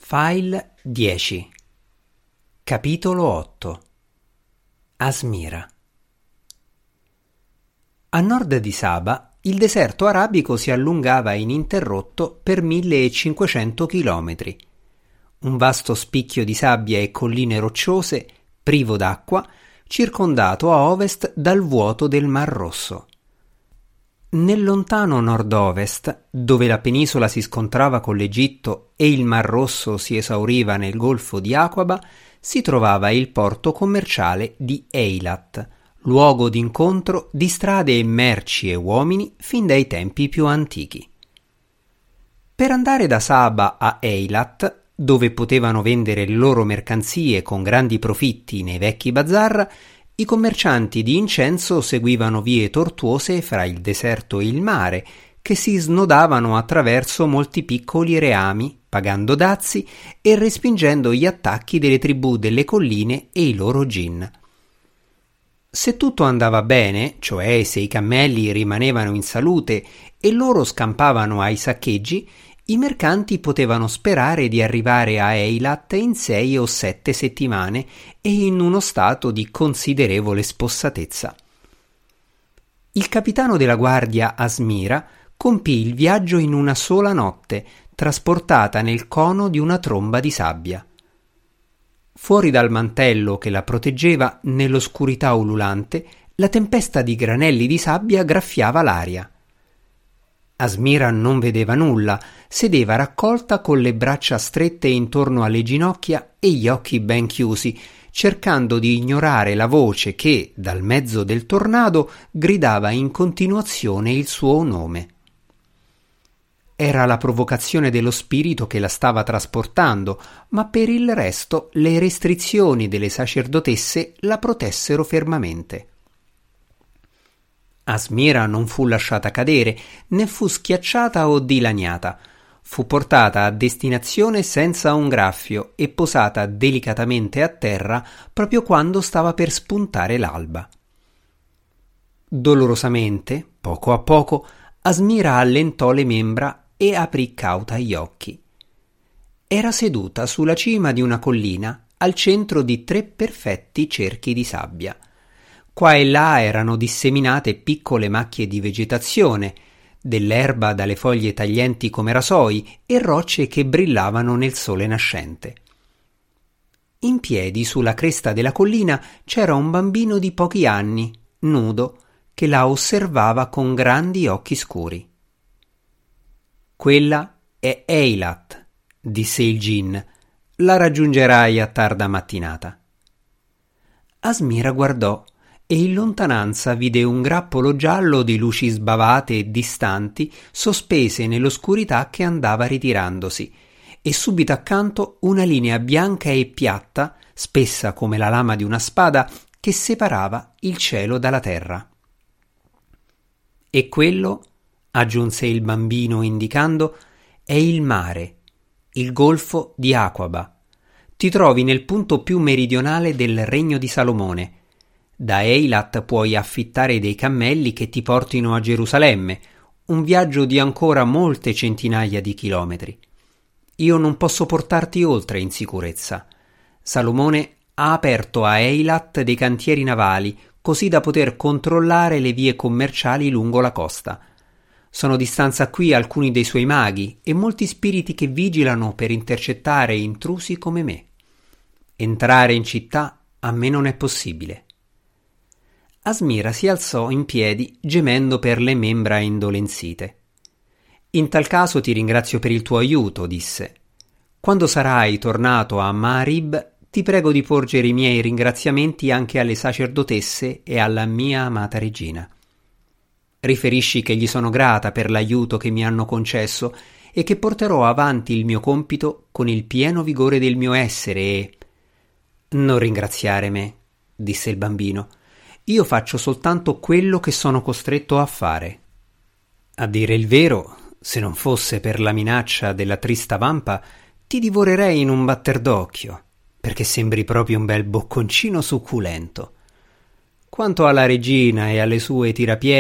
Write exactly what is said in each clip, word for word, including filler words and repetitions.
File dieci. Capitolo otto. Asmira. A nord di Saba il deserto arabico si allungava ininterrotto per millecinquecento chilometri. Un vasto spicchio di sabbia e colline rocciose, privo d'acqua, circondato a ovest dal vuoto del Mar Rosso. Nel lontano nord-ovest, dove la penisola si scontrava con l'Egitto e il Mar Rosso si esauriva nel golfo di Aqaba, si trovava il porto commerciale di Eilat, luogo d'incontro di strade e merci e uomini fin dai tempi più antichi. Per andare da Saba a Eilat, dove potevano vendere le loro mercanzie con grandi profitti nei vecchi bazar, i commercianti di incenso seguivano vie tortuose fra il deserto e il mare, che si snodavano attraverso molti piccoli reami, pagando dazi e respingendo gli attacchi delle tribù delle colline e i loro gin. Se tutto andava bene, cioè se i cammelli rimanevano in salute e loro scampavano ai saccheggi, i mercanti potevano sperare di arrivare a Eilat in sei o sette settimane e in uno stato di considerevole spossatezza. Il capitano della guardia Asmira compì il viaggio in una sola notte, trasportata nel cono di una tromba di sabbia. Fuori dal mantello che la proteggeva, nell'oscurità ululante, la tempesta di granelli di sabbia graffiava l'aria. Asmira non vedeva nulla, sedeva raccolta con le braccia strette intorno alle ginocchia e gli occhi ben chiusi, cercando di ignorare la voce che, dal mezzo del tornado, gridava in continuazione il suo nome. Era la provocazione dello spirito che la stava trasportando, ma per il resto le restrizioni delle sacerdotesse la protessero fermamente. Asmira non fu lasciata cadere, né fu schiacciata o dilaniata. Fu portata a destinazione senza un graffio e posata delicatamente a terra proprio quando stava per spuntare l'alba. Dolorosamente, poco a poco, Asmira allentò le membra e aprì cauta gli occhi. Era seduta sulla cima di una collina al centro di tre perfetti cerchi di sabbia. Qua e là erano disseminate piccole macchie di vegetazione, dell'erba dalle foglie taglienti come rasoi e rocce che brillavano nel sole nascente. In piedi sulla cresta della collina c'era un bambino di pochi anni, nudo, che la osservava con grandi occhi scuri. «Quella è Eilat», disse il gin. «La raggiungerai a tarda mattinata». Asmira guardò e in lontananza vide un grappolo giallo di luci sbavate e distanti sospese nell'oscurità che andava ritirandosi, e subito accanto una linea bianca e piatta, spessa come la lama di una spada, che separava il cielo dalla terra. «E quello», aggiunse il bambino indicando, «è il mare, il golfo di Aqaba. Ti trovi nel punto più meridionale del regno di Salomone. Da Eilat puoi affittare dei cammelli che ti portino a Gerusalemme, un viaggio di ancora molte centinaia di chilometri. Io non posso portarti oltre in sicurezza. Salomone ha aperto a Eilat dei cantieri navali, così da poter controllare le vie commerciali lungo la costa. Sono di stanza qui alcuni dei suoi maghi e molti spiriti che vigilano per intercettare intrusi come me. Entrare in città a me non è possibile». Asmira si alzò in piedi, gemendo per le membra indolenzite. «In tal caso ti ringrazio per il tuo aiuto», disse. «Quando sarai tornato a Ma'arib, ti prego di porgere i miei ringraziamenti anche alle sacerdotesse e alla mia amata regina. Riferisci che gli sono grata per l'aiuto che mi hanno concesso e che porterò avanti il mio compito con il pieno vigore del mio essere e...» «Non ringraziare me», disse il bambino. «Io faccio soltanto quello che sono costretto a fare. A dire il vero, se non fosse per la minaccia della trista vampa, ti divorerei in un batter d'occhio, perché sembri proprio un bel bocconcino succulento. Quanto alla regina e alle sue tirapiedi,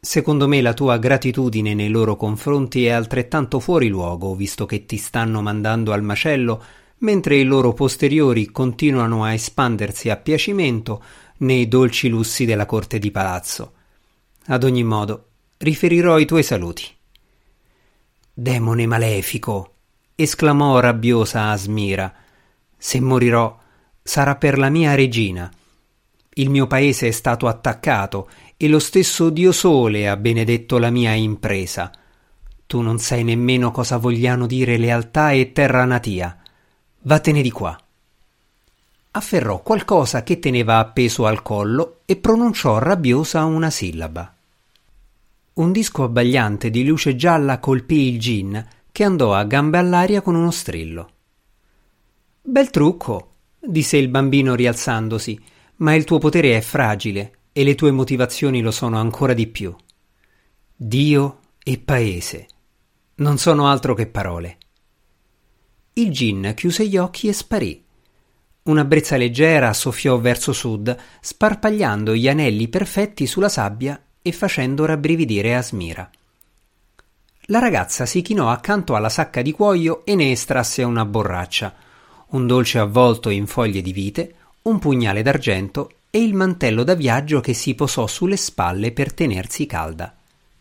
Secondo me la tua gratitudine nei loro confronti è altrettanto fuori luogo, visto che ti stanno mandando al macello, mentre i loro posteriori continuano a espandersi a piacimento nei dolci lussi della corte di palazzo. Ad ogni modo, riferirò i tuoi saluti. Demone malefico! Esclamò rabbiosa Asmira. Se morirò, sarà per la mia regina. Il mio paese è stato attaccato e lo stesso Dio Sole ha benedetto la mia impresa. Tu non sai nemmeno cosa vogliano dire lealtà e terra natia. Vattene di qua. Afferrò qualcosa che teneva appeso al collo e pronunciò rabbiosa una sillaba. Un disco abbagliante di luce gialla colpì il gin, che andò a gambe all'aria con uno strillo. Bel trucco, disse il bambino rialzandosi, ma il tuo potere è fragile e le tue motivazioni lo sono ancora di più. Dio e paese. Non sono altro che parole. Il gin chiuse gli occhi e sparì. Una brezza leggera soffiò verso sud, sparpagliando gli anelli perfetti sulla sabbia e facendo rabbrividire Asmira. La ragazza si chinò accanto alla sacca di cuoio e ne estrasse una borraccia, un dolce avvolto in foglie di vite, un pugnale d'argento e il mantello da viaggio che si posò sulle spalle per tenersi calda.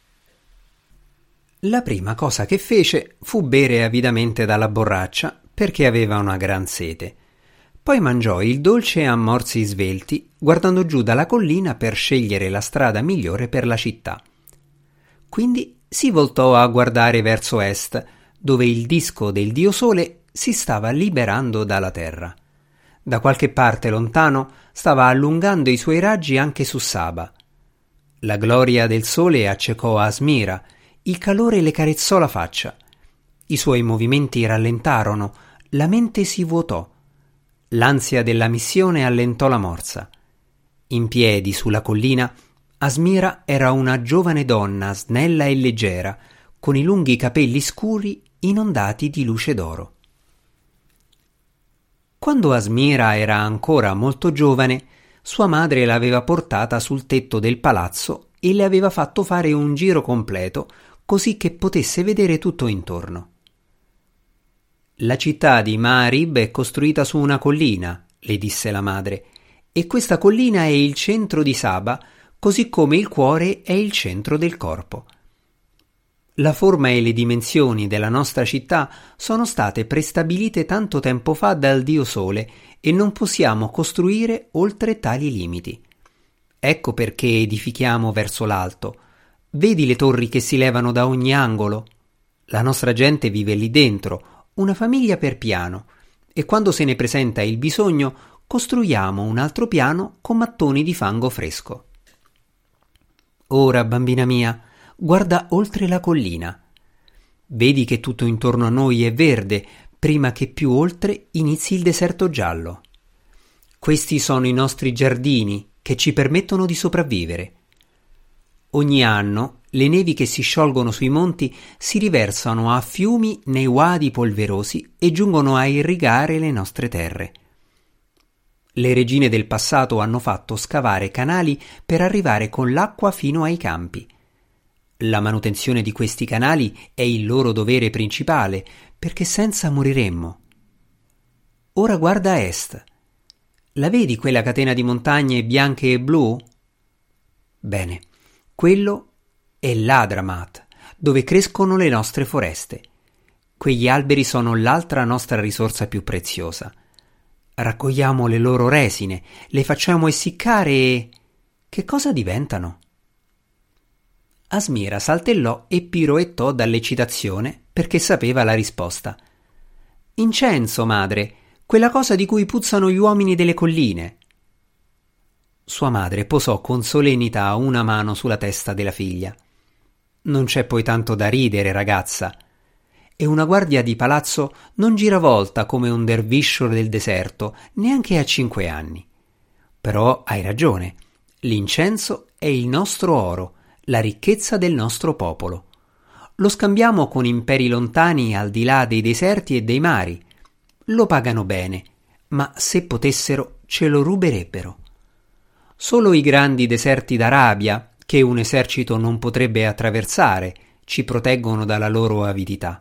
La prima cosa che fece fu bere avidamente dalla borraccia perché aveva una gran sete. Poi mangiò il dolce a morsi svelti, guardando giù dalla collina per scegliere la strada migliore per la città. Quindi si voltò a guardare verso est, dove il disco del dio Sole si stava liberando dalla terra. Da qualche parte lontano stava allungando i suoi raggi anche su Saba. La gloria del sole accecò Asmira, il calore le carezzò la faccia. I suoi movimenti rallentarono, la mente si vuotò. L'ansia della missione allentò la morsa. In piedi sulla collina, Asmira era una giovane donna snella e leggera, con i lunghi capelli scuri inondati di luce d'oro. Quando Asmira era ancora molto giovane, sua madre l'aveva portata sul tetto del palazzo e le aveva fatto fare un giro completo, così che potesse vedere tutto intorno. La città di Ma'arib è costruita su una collina, le disse la madre, e questa collina è il centro di Saba, così come il cuore è il centro del corpo. La forma e le dimensioni della nostra città sono state prestabilite tanto tempo fa dal dio Sole e non possiamo costruire oltre tali limiti. Ecco perché edifichiamo verso l'alto. Vedi le torri che si levano da ogni angolo? La nostra gente vive lì dentro, una famiglia per piano, e quando se ne presenta il bisogno costruiamo un altro piano con mattoni di fango fresco. Ora, bambina mia, guarda oltre la collina. Vedi che tutto intorno a noi è verde, prima che più oltre inizi il deserto giallo. Questi sono i nostri giardini che ci permettono di sopravvivere. Ogni anno le nevi che si sciolgono sui monti si riversano a fiumi nei wadi polverosi e giungono a irrigare le nostre terre. Le regine del passato hanno fatto scavare canali per arrivare con l'acqua fino ai campi. La manutenzione di questi canali è il loro dovere principale, perché senza moriremmo. Ora guarda a est. La vedi quella catena di montagne bianche e blu? Bene, quello è l'Hadramaut, dove crescono le nostre foreste. Quegli alberi sono l'altra nostra risorsa più preziosa. Raccogliamo le loro resine, le facciamo essiccare e... che cosa diventano? Asmira saltellò e piroettò dall'eccitazione perché sapeva la risposta. Incenso, madre, quella cosa di cui puzzano gli uomini delle colline. Sua madre posò con solennità una mano sulla testa della figlia. Non c'è poi tanto da ridere, ragazza. E una guardia di palazzo non gira volta come un derviscio del deserto, neanche a cinque anni. Però hai ragione, l'incenso è il nostro oro, la ricchezza del nostro popolo. Lo scambiamo con imperi lontani al di là dei deserti e dei mari. Lo pagano bene, ma se potessero ce lo ruberebbero. Solo i grandi deserti d'Arabia, che un esercito non potrebbe attraversare, ci proteggono dalla loro avidità.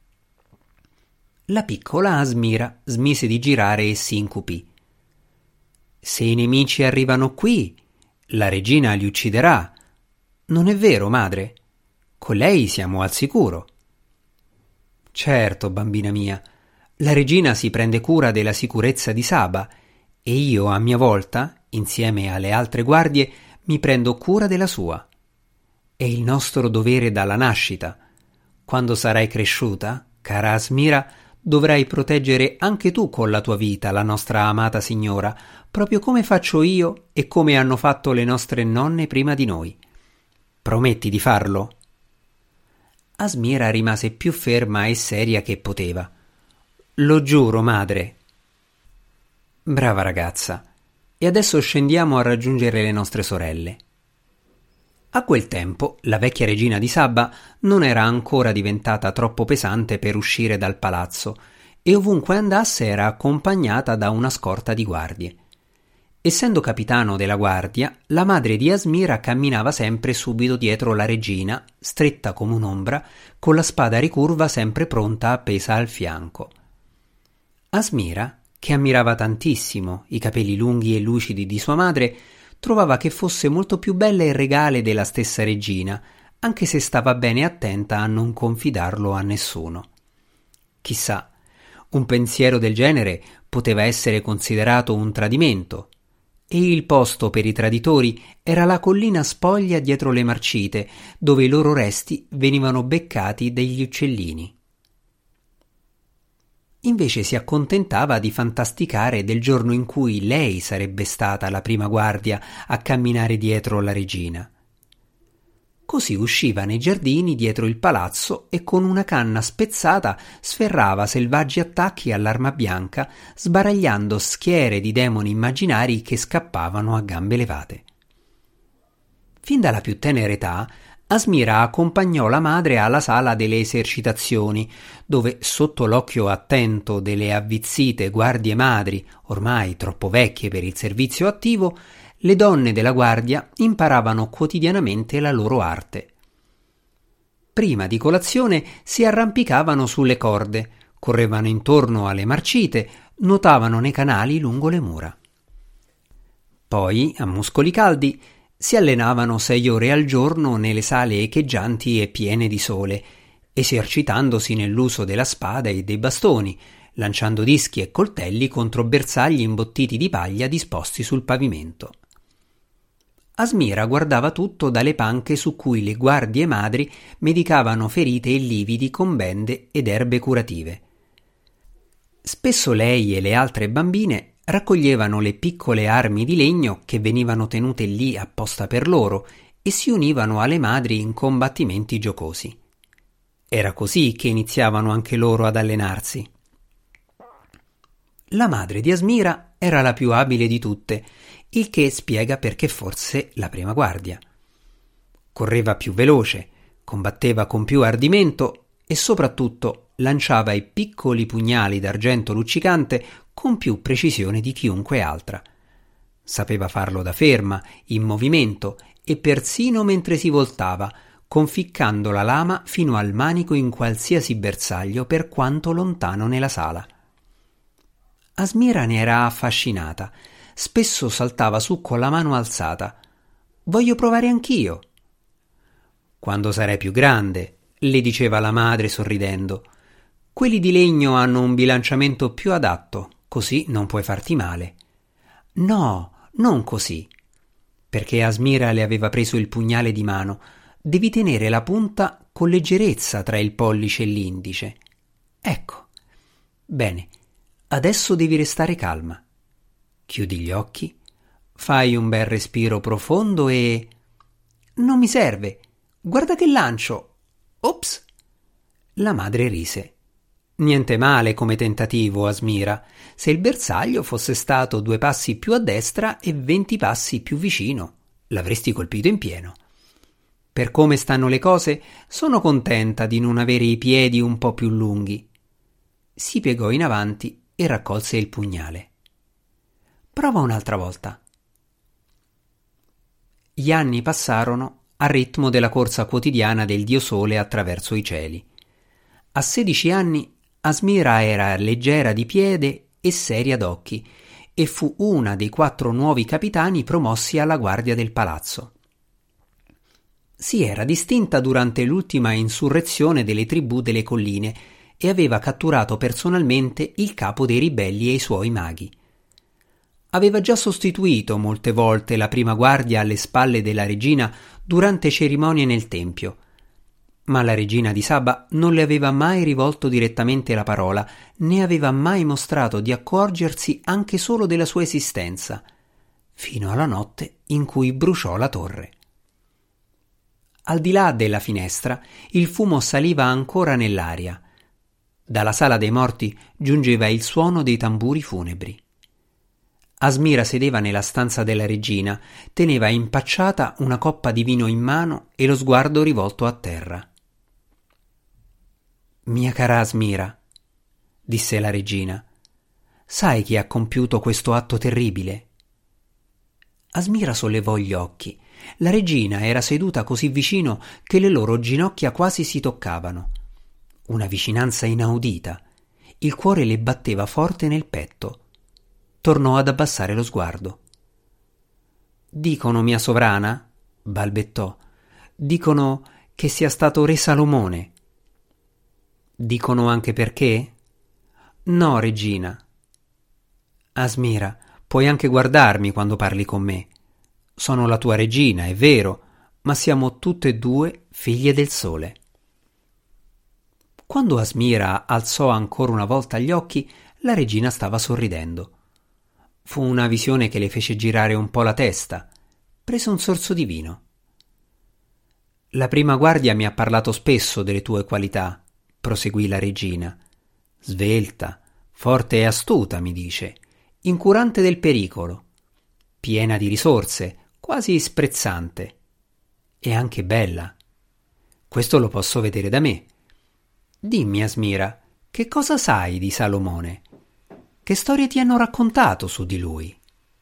La piccola Asmira smise di girare e si incupì. Se i nemici arrivano qui, la regina li ucciderà. Non è vero, madre? Con lei siamo al sicuro. Certo, bambina mia, la regina si prende cura della sicurezza di Saba e io, a mia volta, insieme alle altre guardie, mi prendo cura della sua. È il nostro dovere dalla nascita. Quando sarai cresciuta, cara Asmira, dovrai proteggere anche tu con la tua vita la nostra amata signora, proprio come faccio io e come hanno fatto le nostre nonne prima di noi. Prometti di farlo? Asmira rimase più ferma e seria che poteva. Lo giuro, madre. Brava ragazza. E adesso scendiamo a raggiungere le nostre sorelle. A quel tempo la vecchia regina di Saba non era ancora diventata troppo pesante per uscire dal palazzo e ovunque andasse era accompagnata da una scorta di guardie. Essendo capitano della guardia, la madre di Asmira camminava sempre subito dietro la regina, stretta come un'ombra, con la spada ricurva sempre pronta appesa al fianco. Asmira, che ammirava tantissimo i capelli lunghi e lucidi di sua madre, trovava che fosse molto più bella e regale della stessa regina, anche se stava bene attenta a non confidarlo a nessuno. Chissà, un pensiero del genere poteva essere considerato un tradimento, e il posto per i traditori era la collina spoglia dietro le marcite, dove i loro resti venivano beccati dagli uccellini. Invece si accontentava di fantasticare del giorno in cui lei sarebbe stata la prima guardia a camminare dietro la regina. Così usciva nei giardini dietro il palazzo e con una canna spezzata sferrava selvaggi attacchi all'arma bianca, sbaragliando schiere di demoni immaginari che scappavano a gambe levate. Fin dalla più tenera età, Asmira accompagnò la madre alla sala delle esercitazioni, dove, sotto l'occhio attento delle avvizzite guardie madri, ormai troppo vecchie per il servizio attivo, le donne della guardia imparavano quotidianamente la loro arte. Prima di colazione si arrampicavano sulle corde, correvano intorno alle marcite, nuotavano nei canali lungo le mura. Poi, a muscoli caldi, si allenavano sei ore al giorno nelle sale echeggianti e piene di sole, esercitandosi nell'uso della spada e dei bastoni, lanciando dischi e coltelli contro bersagli imbottiti di paglia disposti sul pavimento. Asmira guardava tutto dalle panche su cui le guardie madri medicavano ferite e lividi con bende ed erbe curative. Spesso lei e le altre bambine raccoglievano le piccole armi di legno che venivano tenute lì apposta per loro e si univano alle madri in combattimenti giocosi. Era così che iniziavano anche loro ad allenarsi. La madre di Asmira era la più abile di tutte, il che spiega perché forse la prima guardia. Correva più veloce, combatteva con più ardimento e soprattutto lanciava i piccoli pugnali d'argento luccicante con più precisione di chiunque altra. Sapeva farlo da ferma, in movimento e persino mentre si voltava, conficcando la lama fino al manico in qualsiasi bersaglio per quanto lontano nella sala. Asmira ne era affascinata. Spesso saltava su con la mano alzata. «Voglio provare anch'io». «Quando sarai più grande», le diceva la madre sorridendo. «Quelli di legno hanno un bilanciamento più adatto, così non puoi farti male». «No, non così». Perché Asmira le aveva preso il pugnale di mano. «Devi tenere la punta con leggerezza tra il pollice e l'indice». «Ecco». «Bene, adesso devi restare calma. Chiudi gli occhi, fai un bel respiro profondo e... Non mi serve! Guarda che lancio! Ops!» La madre rise. «Niente male come tentativo, Asmira, se il bersaglio fosse stato due passi più a destra e venti passi più vicino. L'avresti colpito in pieno. Per come stanno le cose, sono contenta di non avere i piedi un po' più lunghi». Si piegò in avanti e raccolse il pugnale. «Prova un'altra volta». Gli anni passarono al ritmo della corsa quotidiana del dio Sole attraverso i cieli. A sedici anni Asmira era leggera di piede e seria d'occhi e fu una dei quattro nuovi capitani promossi alla guardia del palazzo. Si era distinta durante l'ultima insurrezione delle tribù delle colline e aveva catturato personalmente il capo dei ribelli e i suoi maghi. Aveva già sostituito molte volte la prima guardia alle spalle della regina durante cerimonie nel tempio, ma la regina di Saba non le aveva mai rivolto direttamente la parola, né aveva mai mostrato di accorgersi anche solo della sua esistenza, fino alla notte in cui bruciò la torre. Al di là della finestra il fumo saliva ancora nell'aria. Dalla sala dei morti giungeva il suono dei tamburi funebri. Asmira sedeva nella stanza della regina, teneva impacciata una coppa di vino in mano e lo sguardo rivolto a terra. «Mia cara Asmira», disse la regina, «sai chi ha compiuto questo atto terribile?» Asmira sollevò gli occhi. La regina era seduta così vicino che le loro ginocchia quasi si toccavano. Una vicinanza inaudita. Il cuore le batteva forte nel petto. Tornò ad abbassare lo sguardo. «Dicono, mia sovrana», balbettò, «dicono che sia stato re Salomone». «Dicono anche perché?» «No, regina». «Asmira, puoi anche guardarmi quando parli con me. Sono la tua regina, è vero, ma siamo tutte e due figlie del sole». Quando Asmira alzò ancora una volta gli occhi, la regina stava sorridendo. Fu una visione che le fece girare un po' la testa. Prese un sorso di vino. «La prima guardia mi ha parlato spesso delle tue qualità», proseguì la regina. «Svelta, forte e astuta, mi dice, incurante del pericolo, piena di risorse, quasi sprezzante, e anche bella. Questo lo posso vedere da me. Dimmi, Asmira, che cosa sai di Salomone? Che storie ti hanno raccontato su di lui?»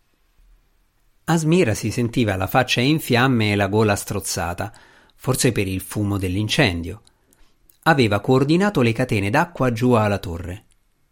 Asmira si sentiva la faccia in fiamme e la gola strozzata, forse per il fumo dell'incendio. Aveva coordinato le catene d'acqua giù alla torre.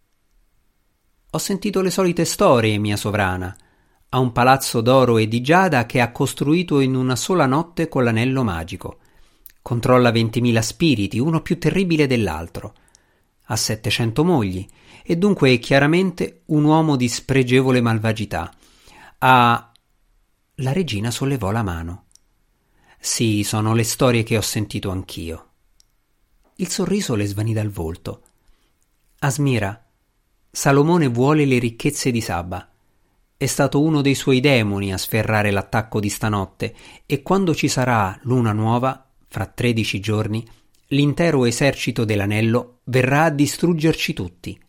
«Ho sentito le solite storie, mia sovrana. Ha un palazzo d'oro e di giada che ha costruito in una sola notte con l'anello magico. Controlla ventimila spiriti, uno più terribile dell'altro. Ha settecento mogli e dunque è chiaramente un uomo di spregevole malvagità. Ha...» La regina sollevò la mano. «Sì, sono le storie che ho sentito anch'io». Il sorriso le svanì dal volto. «Asmira, Salomone vuole le ricchezze di Saba. È stato uno dei suoi demoni a sferrare l'attacco di stanotte e quando ci sarà luna nuova, fra tredici giorni, l'intero esercito dell'anello verrà a distruggerci tutti».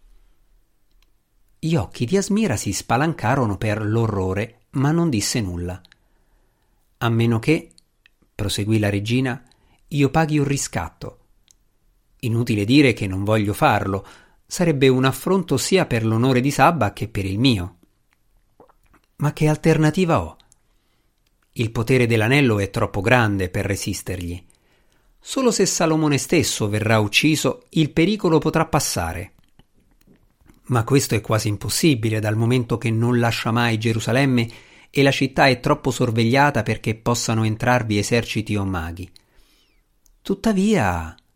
Gli occhi di Asmira si spalancarono per l'orrore, ma non disse nulla. «A meno che», proseguì la regina, «io paghi un riscatto. Inutile dire che non voglio farlo, sarebbe un affronto sia per l'onore di Saba che per il mio. Ma che alternativa ho? Il potere dell'anello è troppo grande per resistergli. Solo se Salomone stesso verrà ucciso, il pericolo potrà passare. Ma questo è quasi impossibile dal momento che non lascia mai Gerusalemme e la città è troppo sorvegliata perché possano entrarvi eserciti o maghi. Tuttavia...»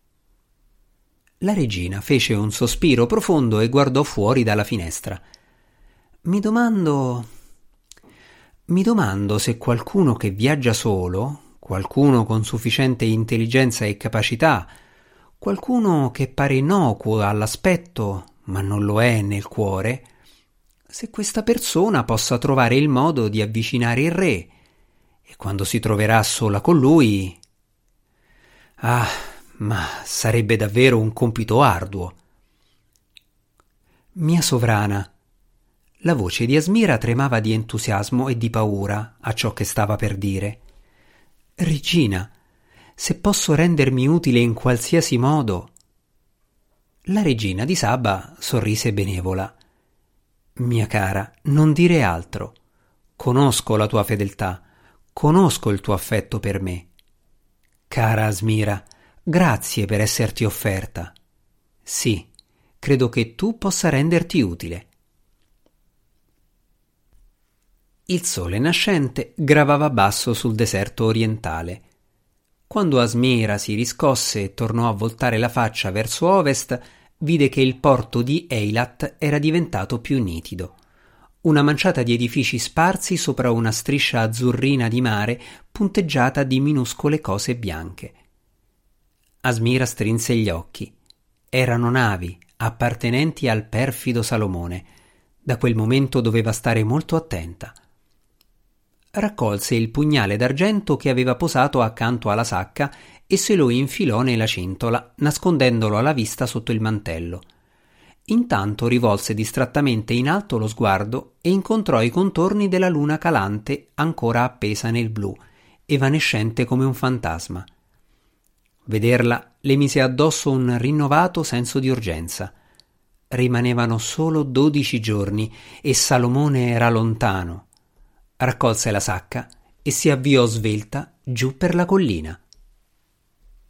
La regina fece un sospiro profondo e guardò fuori dalla finestra. «Mi domando... mi domando se qualcuno che viaggia solo, qualcuno con sufficiente intelligenza e capacità, qualcuno che pare innocuo all'aspetto, ma non lo è nel cuore, se questa persona possa trovare il modo di avvicinare il re, e quando si troverà sola con lui... Ah... ma sarebbe davvero un compito arduo». «Mia sovrana», la voce di Asmira tremava di entusiasmo e di paura a ciò che stava per dire. «Regina, se posso rendermi utile in qualsiasi modo...» La regina di Saba sorrise benevola. «Mia cara, non dire altro. Conosco la tua fedeltà, Conosco il tuo affetto per me. Cara Asmira, grazie per esserti offerta. Sì, credo che tu possa renderti utile. Il sole nascente gravava basso sul deserto orientale. Quando Asmira si riscosse e tornò a voltare la faccia verso ovest, vide che il porto di Eilat era diventato più nitido. Una manciata di edifici sparsi sopra una striscia azzurrina di mare punteggiata di minuscole cose bianche. Asmira strinse gli occhi. Erano navi appartenenti al perfido Salomone. Da quel momento doveva stare molto attenta. Raccolse il pugnale d'argento che aveva posato accanto alla sacca e se lo infilò nella cintola, nascondendolo alla vista sotto il mantello. Intanto rivolse distrattamente in alto lo sguardo e incontrò i contorni della luna calante ancora appesa nel blu, evanescente come un fantasma. Vederla le mise addosso un rinnovato senso di urgenza. Rimanevano solo dodici giorni e Salomone era lontano. Raccolse la sacca e si avviò svelta giù per la collina.